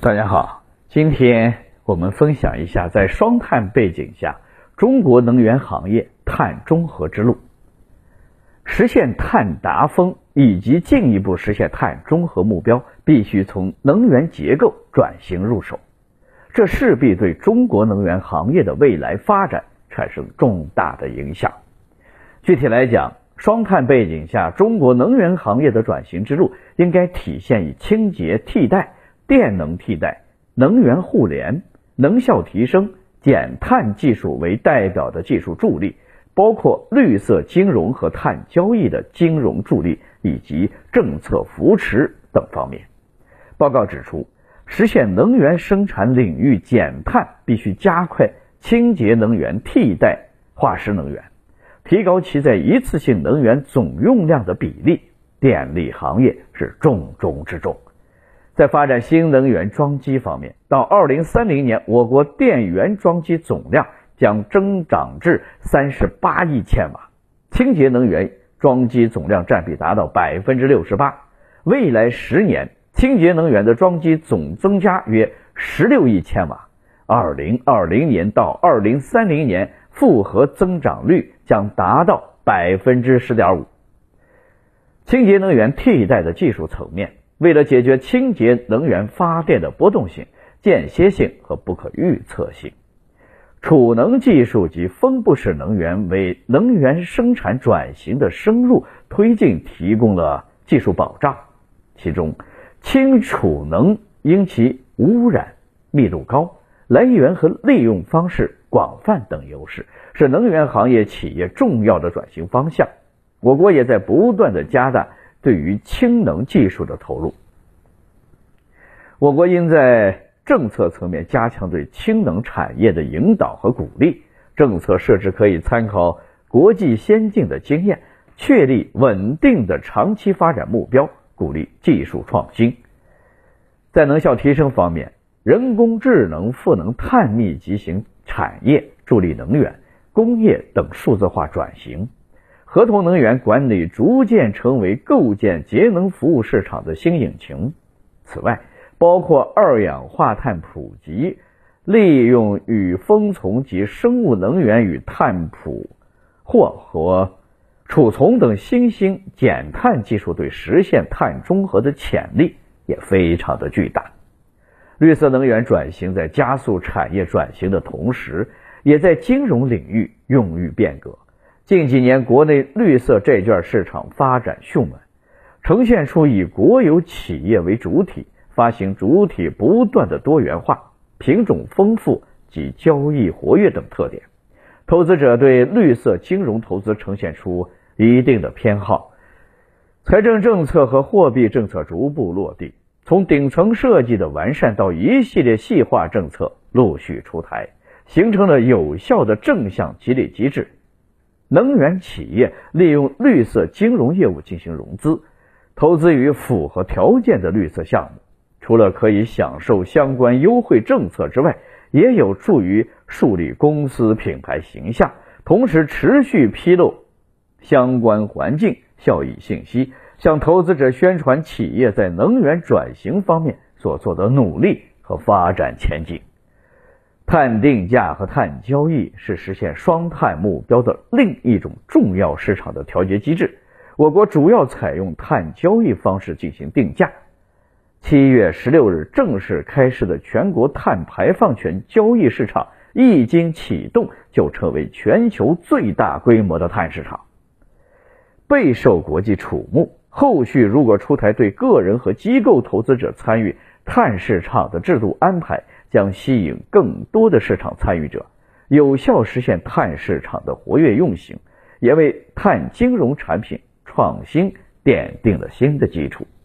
大家好，今天我们分享一下在双碳背景下中国能源行业碳中和之路。实现碳达峰以及进一步实现碳中和目标，必须从能源结构转型入手，这势必对中国能源行业的未来发展产生重大的影响。具体来讲，双碳背景下中国能源行业的转型之路应该体现以清洁替代、电能替代、能源互联、能效提升、减碳技术为代表的技术助力，包括绿色金融和碳交易的金融助力以及政策扶持等方面。报告指出，实现能源生产领域减碳，必须加快清洁能源替代化石能源，提高其在一次性能源总用量的比例，电力行业是重中之重。在发展新能源装机方面，到2030年，我国电源装机总量将增长至38亿千瓦，清洁能源装机总量占比达到 68%。 未来10年，清洁能源的装机总增加约16亿千瓦，2020年到2030年复合增长率将达到 10.5%。 清洁能源替代的技术层面，为了解决清洁能源发电的波动性、间歇性和不可预测性，储能技术及分布式能源为能源生产转型的深入推进提供了技术保障。其中，氢储能因其污染密度高、来源和利用方式广泛等优势，是能源行业企业重要的转型方向。我国也在不断的加大对于氢能技术的投入。我国应在政策层面加强对氢能产业的引导和鼓励，政策设置可以参考国际先进的经验，确立稳定的长期发展目标，鼓励技术创新。在能效提升方面，人工智能赋能碳密集型产业，助力能源、工业等数字化转型。合同能源管理逐渐成为构建节能服务市场的新引擎。此外，包括二氧化碳普及、利用与封存及生物能源与碳捕获和储存等新兴减碳技术对实现碳中和的潜力也非常的巨大。绿色能源转型在加速产业转型的同时，也在金融领域孕育变革。近几年，国内绿色债券市场发展迅猛，呈现出以国有企业为主体、发行主体不断的多元化、品种丰富及交易活跃等特点。投资者对绿色金融投资呈现出一定的偏好。财政政策和货币政策逐步落地，从顶层设计的完善到一系列细化政策陆续出台，形成了有效的正向激励机制。能源企业利用绿色金融业务进行融资，投资于符合条件的绿色项目，除了可以享受相关优惠政策之外，也有助于树立公司品牌形象，同时持续披露相关环境效益信息，向投资者宣传企业在能源转型方面所做的努力和发展前景。碳定价和碳交易是实现双碳目标的另一种重要市场的调节机制。我国主要采用碳交易方式进行定价。7月16日正式开市的全国碳排放权交易市场一经启动，就成为全球最大规模的碳市场，备受国际瞩目。后续如果出台对个人和机构投资者参与碳市场的制度安排，将吸引更多的市场参与者，有效实现碳市场的活跃运行，也为碳金融产品创新奠定了新的基础。